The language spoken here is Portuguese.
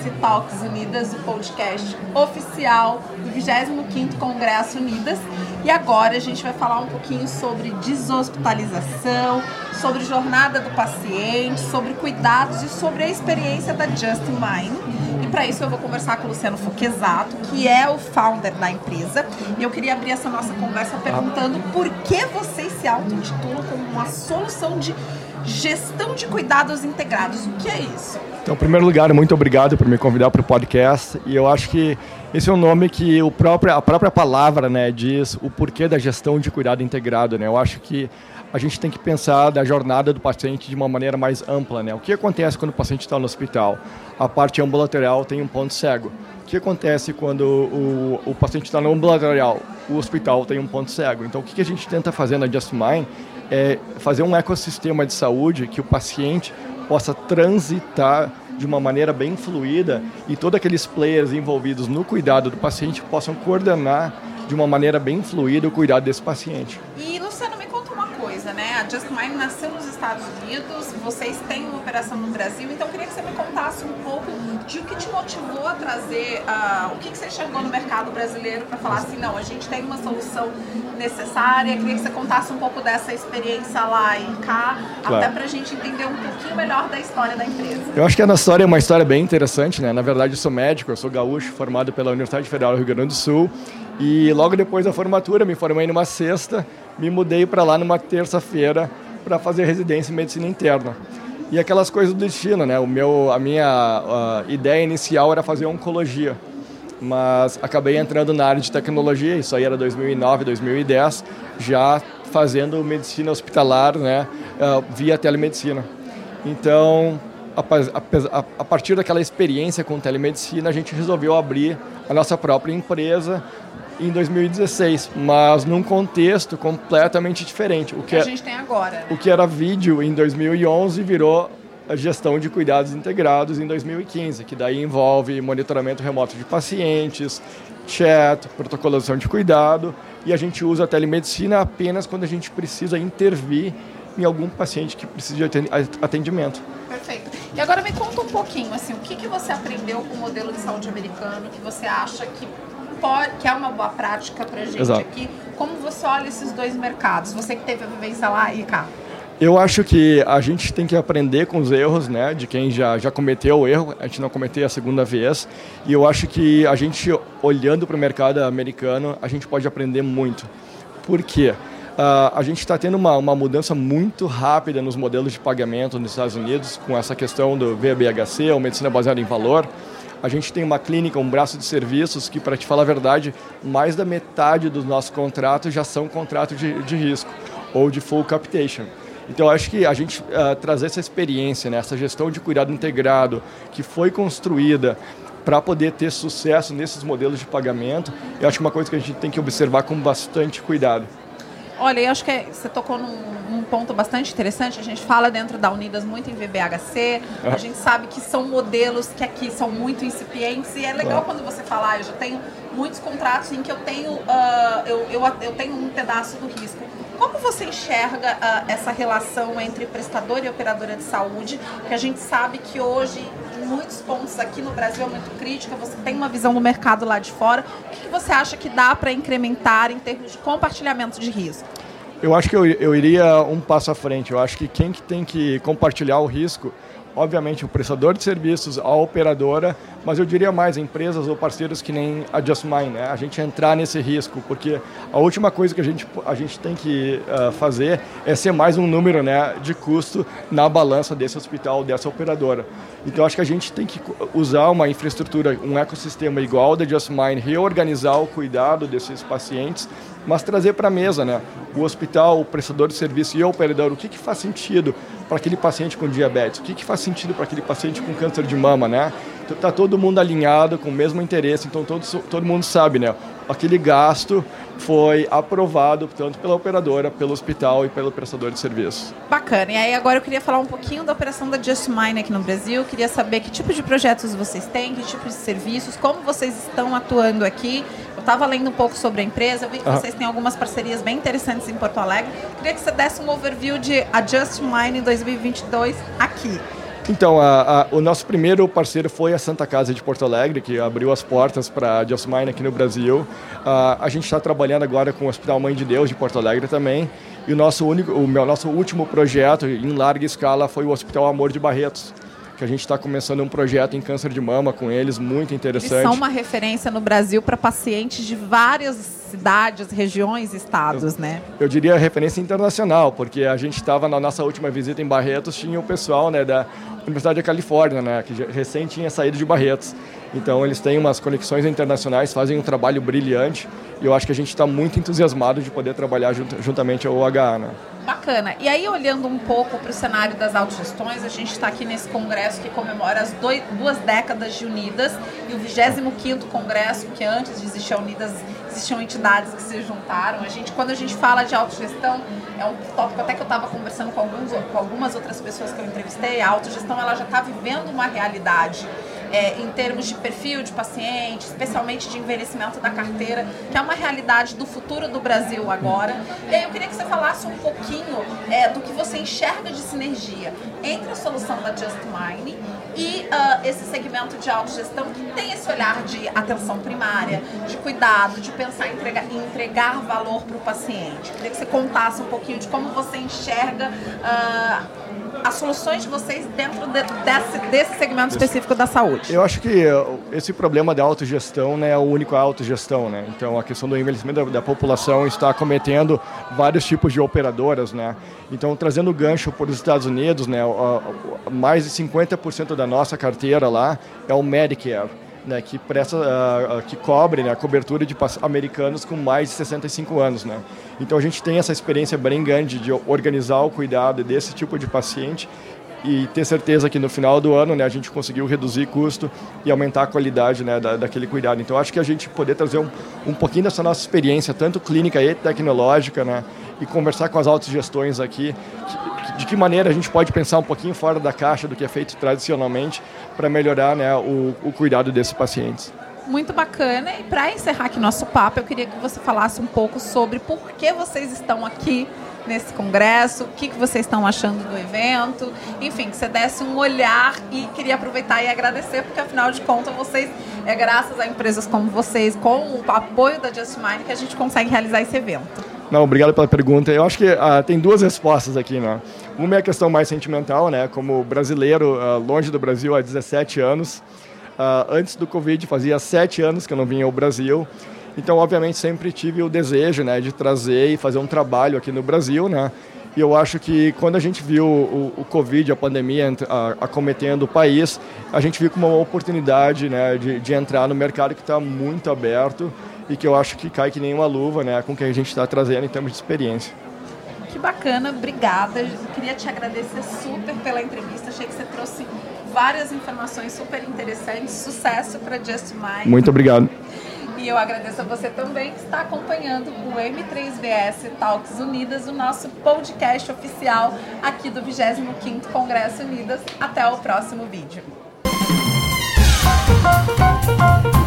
esse Talks Unidas, o podcast oficial do 25º Congresso Unidas. E agora a gente vai falar um pouquinho sobre deshospitalização, sobre jornada do paciente, sobre cuidados e sobre a experiência da Just Mine. E para isso eu vou conversar com o Luciano Fochesato, que é o founder da empresa. E eu queria abrir essa nossa conversa perguntando por que vocês se auto-intitulam como uma solução de gestão de cuidados integrados. O que é isso? Então, em primeiro lugar, muito obrigado por me convidar para o podcast. E eu acho que esse é um nome que a própria palavra, né, diz o porquê da gestão de cuidado integrado. Né? Eu acho que a gente tem que pensar da jornada do paciente de uma maneira mais ampla. Né? O que acontece quando o paciente está no hospital? A parte ambulatorial tem um ponto cego. O que acontece quando o paciente está no ambulatorial? O hospital tem um ponto cego. Então, o que a gente tenta fazer na Just Mine é fazer um ecossistema de saúde que o paciente possa transitar de uma maneira bem fluida e todos aqueles players envolvidos no cuidado do paciente possam coordenar de uma maneira bem fluida o cuidado desse paciente. E, Luciano, me conta uma coisa, né? A Just Mine nasceu nos Estados Unidos, vocês têm uma operação no Brasil, então eu queria que você me contasse um pouco de o que te motivou a trazer, o que você enxergou no mercado brasileiro para falar assim, não, a gente tem uma solução necessária. Eu queria que você contasse um pouco dessa experiência lá e cá, claro, até para a gente entender um pouquinho melhor da história da empresa. Eu acho que a nossa história é uma história bem interessante, né? Na verdade, eu sou médico, eu sou gaúcho, formado pela Universidade Federal do Rio Grande do Sul, e logo depois da formatura, me formei numa sexta, me mudei para lá numa terça-feira para fazer residência em medicina interna. E aquelas coisas do destino, né? A minha ideia inicial era fazer oncologia, mas acabei entrando na área de tecnologia, isso aí era 2009, 2010, já fazendo medicina hospitalar, né? Via telemedicina. Então, a partir daquela experiência com telemedicina, a gente resolveu abrir a nossa própria empresa em 2016, mas num contexto completamente diferente. O que a gente tem agora, né? O que era vídeo em 2011 virou a gestão de cuidados integrados em 2015, que daí envolve monitoramento remoto de pacientes, chat, protocolação de cuidado, e a gente usa a telemedicina apenas quando a gente precisa intervir em algum paciente que precisa de atendimento. Perfeito. E agora me conta um pouquinho, assim, o que você aprendeu com o modelo de saúde americano, que você acha que é uma boa prática para a gente aqui? Como você olha esses dois mercados? Você que teve a vivência lá e cá. Eu acho que a gente tem que aprender com os erros, né, de quem já cometeu o erro, a gente não cometer a segunda vez. E eu acho que a gente, olhando para o mercado americano, a gente pode aprender muito. Por quê? A gente está tendo uma mudança muito rápida nos modelos de pagamento nos Estados Unidos, com essa questão do VBHC, ou medicina baseada em valor. A gente tem uma clínica, um braço de serviços que, para te falar a verdade, mais da metade dos nossos contratos já são contratos de risco ou de full capitation. Então, acho que a gente trazer essa experiência, né, essa gestão de cuidado integrado que foi construída para poder ter sucesso nesses modelos de pagamento, eu acho que é uma coisa que a gente tem que observar com bastante cuidado. Olha, eu acho que você tocou num ponto bastante interessante. A gente fala dentro da Unidas muito em VBHC, a gente sabe que são modelos que aqui são muito incipientes e é legal quando você fala, eu já tenho muitos contratos em que eu tenho, eu tenho um pedaço do risco. Como você enxerga essa relação entre prestador e operadora de saúde, que a gente sabe que hoje, em muitos pontos aqui no Brasil é muito crítica, você tem uma visão do mercado lá de fora, o que você acha que dá para incrementar em termos de compartilhamento de risco? Eu acho que eu iria um passo à frente. Eu acho que quem que tem que compartilhar o risco, obviamente o prestador de serviços, a operadora, mas eu diria mais empresas ou parceiros que nem a Just Mine, né? A gente entrar nesse risco, porque a última coisa que a gente tem que fazer é ser mais um número, né, de custo na balança desse hospital, dessa operadora. Então acho que a gente tem que usar uma infraestrutura, um ecossistema igual ao da Just Mine, reorganizar o cuidado desses pacientes, mas trazer para a mesa, né? O hospital, o prestador de serviço e o operador, o que faz sentido para aquele paciente com diabetes, o que faz sentido para aquele paciente com câncer de mama, né? Então, tá todo mundo alinhado com o mesmo interesse, então todo mundo sabe, né? Aquele gasto foi aprovado tanto pela operadora, pelo hospital e pelo prestador de serviço. Bacana. E aí agora eu queria falar um pouquinho da operação da Just Mine aqui no Brasil. Queria saber que tipo de projetos vocês têm, que tipo de serviços, como vocês estão atuando aqui. Eu estava lendo um pouco sobre a empresa, eu vi que vocês têm algumas parcerias bem interessantes em Porto Alegre. Queria que você desse um overview de a Just Mine em 2022 aqui. Então, o nosso primeiro parceiro foi a Santa Casa de Porto Alegre, que abriu as portas para a Just Mine aqui no Brasil. A gente está trabalhando agora com o Hospital Mãe de Deus de Porto Alegre também. E o nosso último projeto em larga escala foi o Hospital Amor de Barretos, que a gente está começando um projeto em câncer de mama com eles, muito interessante. Eles são uma referência no Brasil para pacientes de várias cidades, regiões, estados, né? Eu diria referência internacional, porque a gente estava na nossa última visita em Barretos, tinha o pessoal, né, da Universidade da Califórnia, né, que recém tinha saído de Barretos. Então eles têm umas conexões internacionais, fazem um trabalho brilhante e eu acho que a gente está muito entusiasmado de poder trabalhar juntamente ao OHA, né? Bacana. E aí, olhando um pouco para o cenário das autogestões, a gente está aqui nesse congresso que comemora as 2 décadas de Unidas e o 25º congresso, que antes de existir a Unidas, existiam entidades que se juntaram. Quando a gente fala de autogestão, é um tópico até que eu estava conversando com algumas outras pessoas que eu entrevistei, a autogestão ela já está vivendo uma realidade. Em termos de perfil de paciente, especialmente de envelhecimento da carteira, que é uma realidade do futuro do Brasil agora. E aí eu queria que você falasse um pouquinho do que você enxerga de sinergia entre a solução da Just Mine e esse segmento de autogestão que tem esse olhar de atenção primária, de cuidado, de pensar em entregar valor para o paciente. Eu queria que você contasse um pouquinho de como você enxerga as soluções de vocês dentro desse segmento específico da saúde. Eu acho que esse problema da autogestão não é a única autogestão, né? Então, a questão do envelhecimento da população está acometendo vários tipos de operadoras, né? Então, trazendo o gancho para os Estados Unidos, né? Mais de 50% da nossa carteira lá é o Medicare, né, que cobre, né, a cobertura de americanos com mais de 65 anos. Né? Então a gente tem essa experiência bem grande de organizar o cuidado desse tipo de paciente e ter certeza que no final do ano, né, a gente conseguiu reduzir custo e aumentar a qualidade, né, daquele cuidado. Então acho que a gente poder trazer um pouquinho dessa nossa experiência, tanto clínica e tecnológica, né, e conversar com as autogestões aqui, de que maneira a gente pode pensar um pouquinho fora da caixa do que é feito tradicionalmente para melhorar, né, o cuidado desses pacientes. Muito bacana. E para encerrar aqui nosso papo, eu queria que você falasse um pouco sobre por que vocês estão aqui nesse congresso, o que vocês estão achando do evento, enfim, que você desse um olhar e queria aproveitar e agradecer, porque afinal de contas vocês, graças a empresas como vocês, com o apoio da Just Mine, que a gente consegue realizar esse evento. Não, obrigado pela pergunta. Eu acho que tem 2 respostas aqui, né? Uma é a questão mais sentimental, né? Como brasileiro, longe do Brasil há 17 anos. Antes do Covid, fazia 7 anos que eu não vinha ao Brasil. Então, obviamente, sempre tive o desejo, né, de trazer e fazer um trabalho aqui no Brasil, né? E eu acho que quando a gente viu o Covid, a pandemia acometendo o país, a gente viu como uma oportunidade, né, de entrar no mercado que está muito aberto e que eu acho que cai que nem uma luva, né, com o que a gente está trazendo em termos de experiência. Que bacana, obrigada. Eu queria te agradecer super pela entrevista. Achei que você trouxe várias informações super interessantes. Sucesso para Just Mine. Muito obrigado. E eu agradeço a você também que está acompanhando o M3VS Talks Unidas, o nosso podcast oficial aqui do 25º Congresso Unidas. Até o próximo vídeo.